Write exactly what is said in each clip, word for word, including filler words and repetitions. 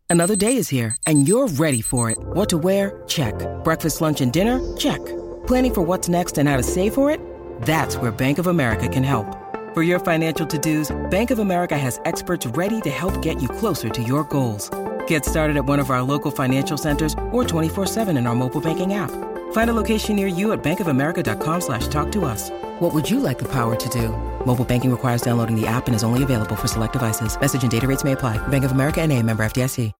Another day is here, and you're ready for it. What to wear? Check. Breakfast, lunch, and dinner? Check. Planning for what's next and how to save for it? That's where Bank of America can help. For your financial to-dos, Bank of America has experts ready to help get you closer to your goals. Get started at one of our local financial centers or twenty-four seven in our mobile banking app. Find a location near you at bankofamerica.com slash talk to us. What would you like the power to do? Mobile banking requires downloading the app and is only available for select devices. Message and data rates may apply. Bank of America N A, member F D I C.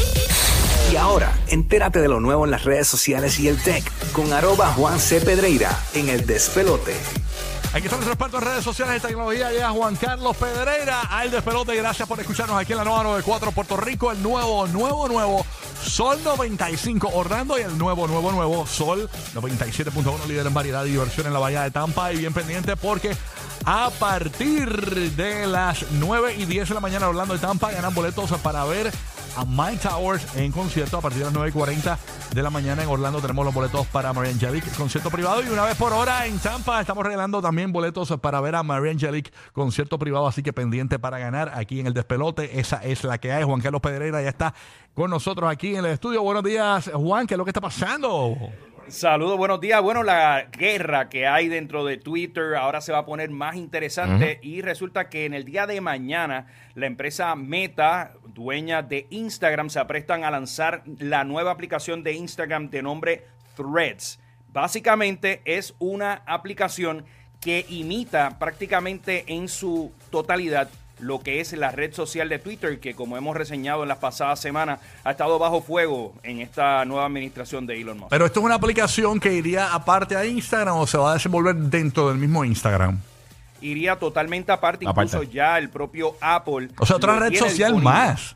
Y ahora, entérate de lo nuevo en las redes sociales y el tech con arroba Juan C. Pedreira en El Despelote. Aquí estamos en expertos en redes sociales y tecnología. Llega Juan Carlos Pedreira al Despelote. Gracias por escucharnos aquí en la nueva noventa y cuatro Puerto Rico. El nuevo, nuevo, nuevo Sol noventa y cinco Orlando y el nuevo, nuevo, nuevo Sol noventa y siete punto uno, líder en variedad y diversión en la bahía de Tampa. Y bien pendiente porque a partir de las nueve y diez de la mañana Orlando y Tampa ganan boletos para ver a Mike Towers en concierto. A partir de las nueve y cuarenta de la mañana en Orlando tenemos los boletos para Mariah Angelic, concierto privado. Y una vez por hora en Tampa estamos regalando también boletos para ver a Mariah Angelic, concierto privado. Así que pendiente para ganar aquí en El Despelote. Esa es la que hay. Juan Carlos Pedreira ya está con nosotros aquí en el estudio. Buenos días, Juan. ¿Qué es lo que está pasando? Saludos, buenos días. Bueno, la guerra que hay dentro de Twitter ahora se va a poner más interesante. Uh-huh. Y resulta que en el día de mañana la empresa Meta, dueña de Instagram, se aprestan a lanzar la nueva aplicación de Instagram de nombre Threads. Básicamente es una aplicación que imita prácticamente en su totalidad lo que es la red social de Twitter, que como hemos reseñado en las pasadas semanas, ha estado bajo fuego en esta nueva administración de Elon Musk. Pero esto es una aplicación que iría aparte a Instagram o se va a desenvolver dentro del mismo Instagram. Iría totalmente aparte, aparte. Incluso ya el propio Apple. O sea, otra red social más.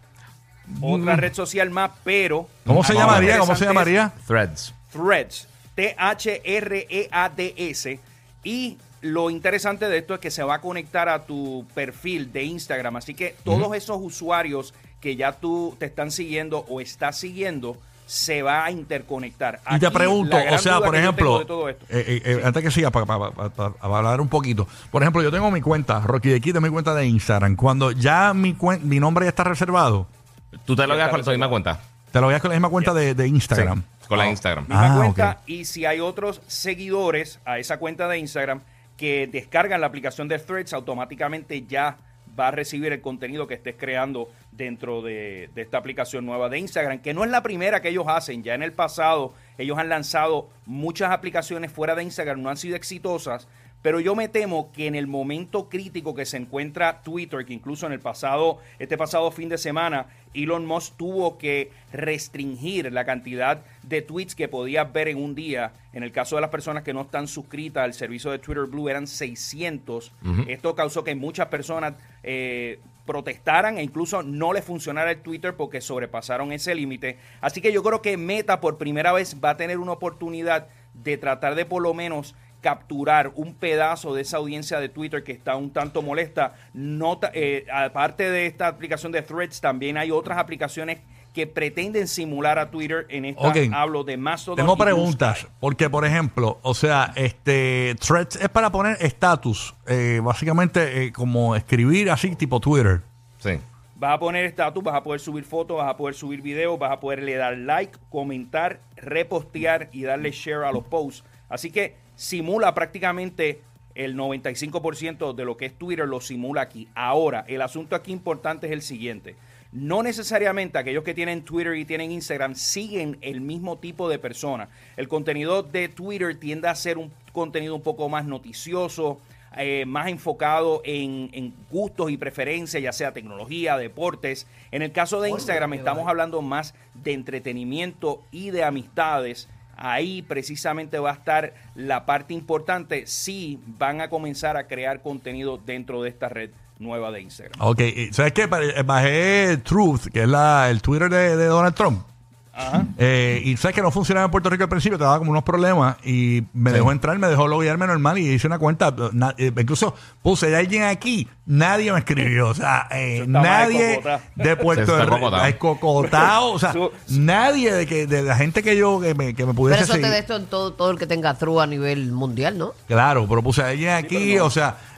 Otra mm. red social más, pero... ¿Cómo se llamaría? ¿Cómo se llamaría? Threads. Threads. T H R E A D S. Y lo interesante de esto es que se va a conectar a tu perfil de Instagram. Así que todos uh-huh. esos usuarios que ya tú te están siguiendo o estás siguiendo, se va a interconectar. Y te pregunto, o sea, por ejemplo, eh, eh, eh, antes que siga, para pa, pa, pa, pa hablar un poquito. Por ejemplo, yo tengo mi cuenta, Rocky de Kid, de mi cuenta de Instagram. Cuando ya mi, cuen- mi nombre ya está reservado. ¿Tú te lo veas con la misma cuenta? Te lo veas con la misma cuenta de, de Instagram. Sí, con la Instagram. Misma ah, cuenta, okay. Y si hay otros seguidores a esa cuenta de Instagram que descargan la aplicación de Threads, automáticamente ya va a recibir el contenido que estés creando dentro de, de esta aplicación nueva de Instagram, que no es la primera que ellos hacen. Ya en el pasado ellos han lanzado muchas aplicaciones fuera de Instagram, no han sido exitosas, pero yo me temo que en el momento crítico que se encuentra Twitter, que incluso en el pasado, este pasado fin de semana, Elon Musk tuvo que restringir la cantidad de tweets que podías ver en un día. En el caso de las personas que no están suscritas al servicio de Twitter Blue eran seiscientos. Uh-huh. Esto causó que muchas personas eh, protestaran e incluso no les funcionara el Twitter porque sobrepasaron ese límite. Así que yo creo que Meta por primera vez va a tener una oportunidad de tratar de por lo menos capturar un pedazo de esa audiencia de Twitter que está un tanto molesta. No, eh, aparte de esta aplicación de Threads, también hay otras aplicaciones que pretenden simular a Twitter. En esta okay. hablo de Mastodon. Tengo preguntas, porque por ejemplo, o sea, este Threads es para poner estatus, eh, básicamente eh, como escribir así tipo Twitter. Sí. Vas a poner estatus, vas a poder subir fotos, vas a poder subir videos, vas a poderle dar like, comentar, repostear y darle share a los posts. Así que simula prácticamente el noventa y cinco por ciento de lo que es Twitter, lo simula aquí. Ahora, el asunto aquí importante es el siguiente. No necesariamente aquellos que tienen Twitter y tienen Instagram siguen el mismo tipo de persona. El contenido de Twitter tiende a ser un contenido un poco más noticioso, eh, más enfocado en, en gustos y preferencias, ya sea tecnología, deportes. En el caso de Instagram estamos hablando más de entretenimiento y de amistades. Ahí precisamente va a estar la parte importante si van a comenzar a crear contenido dentro de esta red nueva de Instagram. Ok, ¿sabes qué? Bajé Truth, que es la, el Twitter de, de Donald Trump. Ajá. Eh, y sabes que no funcionaba en Puerto Rico al principio, te daba como unos problemas y me sí. dejó entrar, me dejó loguearme normal y hice una cuenta. Na, eh, incluso puse de alguien aquí, nadie me escribió, o sea, eh, nadie de Puerto Rico, escocotado, o sea, Su, nadie de que de la gente que yo que me, que me pudiese seguir. Pero eso seguir. te de esto en todo, todo el que tenga True a nivel mundial, ¿no? Claro, pero puse a alguien aquí, sí, no. o sea,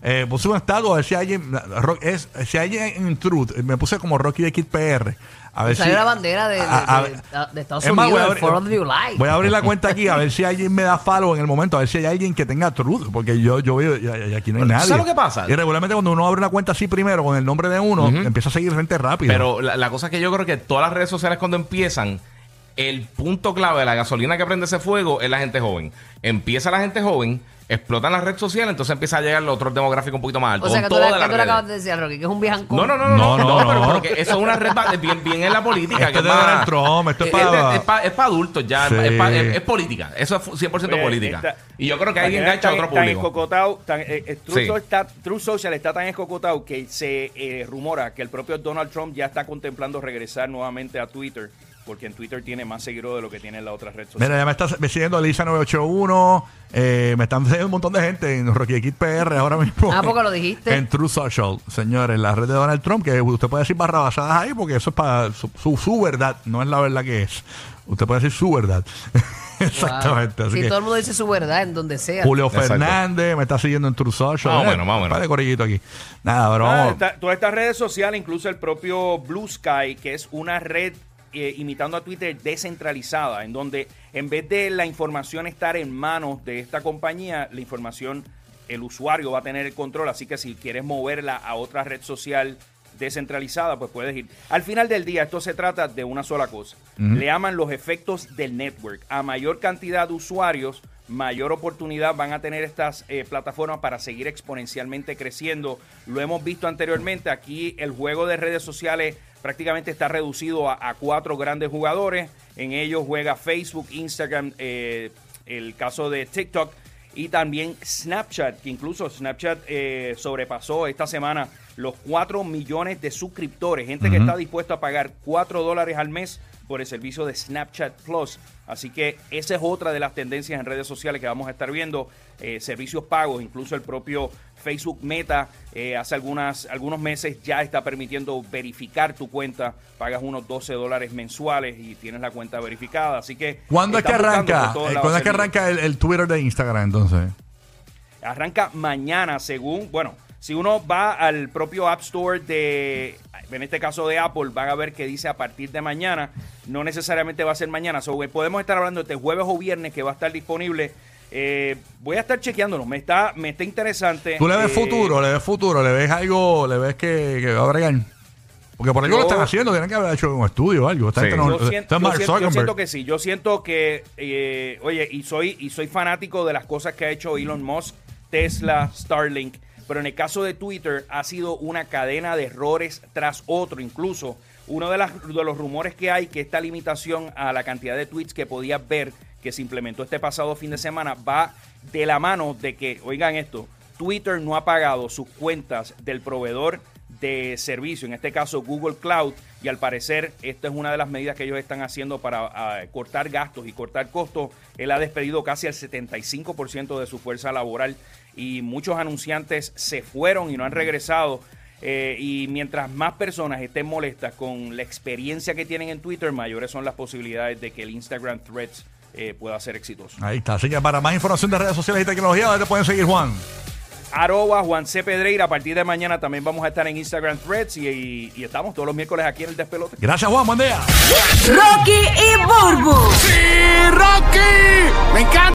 Eh, puse un estado a ver si alguien, Ro- es, si alguien en Truth, me puse como Rocky de Kid P R. A ver Salió si, la bandera de, de, a- a- de- de Estados es más, Unidos, voy a del abrir- fourth of July. Voy a abrir la cuenta aquí a ver si alguien me da follow en el momento, a ver si hay alguien que tenga Truth, porque yo, yo veo, y, y aquí no hay Pero, nadie. ¿sabes lo que pasa? Y regularmente cuando uno abre una cuenta así primero con el nombre de uno, empieza a seguir gente rápido. Pero la, la cosa es que yo creo que todas las redes sociales cuando empiezan, el punto clave de la gasolina que prende ese fuego es la gente joven. Empieza la gente joven, explotan las redes sociales, entonces empieza a llegar los otros demográficos un poquito más altos. O sea, que con tú, le, todas que las tú le redes. acabas de decir a Rocky, que es un viejón. No, no, no, no, No, no, no, no, pero, no. pero que eso es una red ba- bien, bien en la política. Esto que es de más- Donald Trump, esto es es, para- es pa- es pa' adultos ya, Sí. es, pa- es- es política. Eso es cien por ciento Oye, política. esta- y yo creo que alguien Tan- engancha a otro tan- tan público. escocotado, tan, eh, eh, Truth, Sí. Social está, Truth Social está tan escocotado que se eh, rumora que el propio Donald Trump ya está contemplando regresar nuevamente a Twitter, porque en Twitter tiene más seguidores de lo que tiene en la otra red social. Mira, ya me está me siguiendo Elisa nueve ocho uno. Eh, me están siguiendo un montón de gente en Rocky Kid P R ahora mismo. Ah, porque lo dijiste. En True Social, señores, la red de Donald Trump, que usted puede decir barrabasadas ahí porque eso es para su, su, su verdad, no es la verdad que es. Usted puede decir su verdad. Exactamente. Wow. Así Sí, que todo el mundo dice su verdad en donde sea. Julio Exacto. Fernández me está siguiendo en True Social. Más o Mira, menos, más o menos. un par de corillitos aquí. Nada, pero Ah, vamos. esta- todas estas redes sociales, incluso el propio Blue Sky, que es una red eh, imitando a Twitter descentralizada, en donde en vez de la información estar en manos de esta compañía, la información, el usuario va a tener el control, así que si quieres moverla a otra red social descentralizada, pues puedes ir. Al final del día, esto se trata de una sola cosa. Le llaman los efectos del network. A mayor cantidad de usuarios, mayor oportunidad van a tener estas eh, plataformas para seguir exponencialmente creciendo. Lo hemos visto anteriormente. Aquí el juego de redes sociales prácticamente está reducido a, a cuatro grandes jugadores. En ellos juega Facebook, Instagram, eh, el caso de TikTok y también Snapchat, que incluso Snapchat eh, sobrepasó esta semana los cuatro millones de suscriptores, gente que está dispuesta a pagar cuatro dólares al mes por el servicio de Snapchat Plus. Así que esa es otra de las tendencias en redes sociales que vamos a estar viendo, eh, servicios pagos, incluso el propio Facebook Meta eh, hace algunas, algunos meses ya está permitiendo verificar tu cuenta, pagas unos doce dólares mensuales y tienes la cuenta verificada, así que... ¿Cuándo es que están buscando arranca? por todos Eh, lados ¿Cuándo es que servir. arranca el, el Twitter de Instagram entonces? Arranca mañana, según, bueno, si uno va al propio App Store de, en este caso de Apple, van a ver que dice a partir de mañana, no necesariamente va a ser mañana, so, podemos estar hablando de este jueves o viernes que va a estar disponible. Eh, voy a estar chequeándolo, me está, me está interesante. ¿Tú le ves Eh, futuro? ¿Le ves futuro? ¿Le ves algo? ¿Le ves que, que va a bregar? Porque por algo Yo- lo están haciendo, tienen que haber hecho un estudio o algo. Esta Sí. gente no- Yo, esto sien- es yo Mark sien- yo Zuckerberg. siento que sí. Yo siento que, eh, oye, y soy, y soy fanático de las cosas que ha hecho Elon Musk, Tesla, Starlink, pero en el caso de Twitter ha sido una cadena de errores tras otro. Incluso uno de, las, de los rumores que hay que esta limitación a la cantidad de tweets que podías ver que se implementó este pasado fin de semana va de la mano de que, oigan esto, Twitter no ha pagado sus cuentas del proveedor de servicio, en este caso Google Cloud, y al parecer esta es una de las medidas que ellos están haciendo para uh, cortar gastos y cortar costos. Él ha despedido casi el setenta y cinco por ciento de su fuerza laboral y muchos anunciantes se fueron y no han regresado. Eh, y mientras más personas estén molestas con la experiencia que tienen en Twitter, mayores son las posibilidades de que el Instagram Threads eh, pueda ser exitoso. Ahí está. Así que para más información de redes sociales y tecnología, ¿dónde te pueden seguir, Juan? Arroba Juan C. Pedreira. A partir de mañana también vamos a estar en Instagram Threads y, y, y estamos todos los miércoles aquí en el Despelote. Gracias, Juan. Buen día. Rocky y Burbu. ¡Sí, Rocky! ¡Me encanta!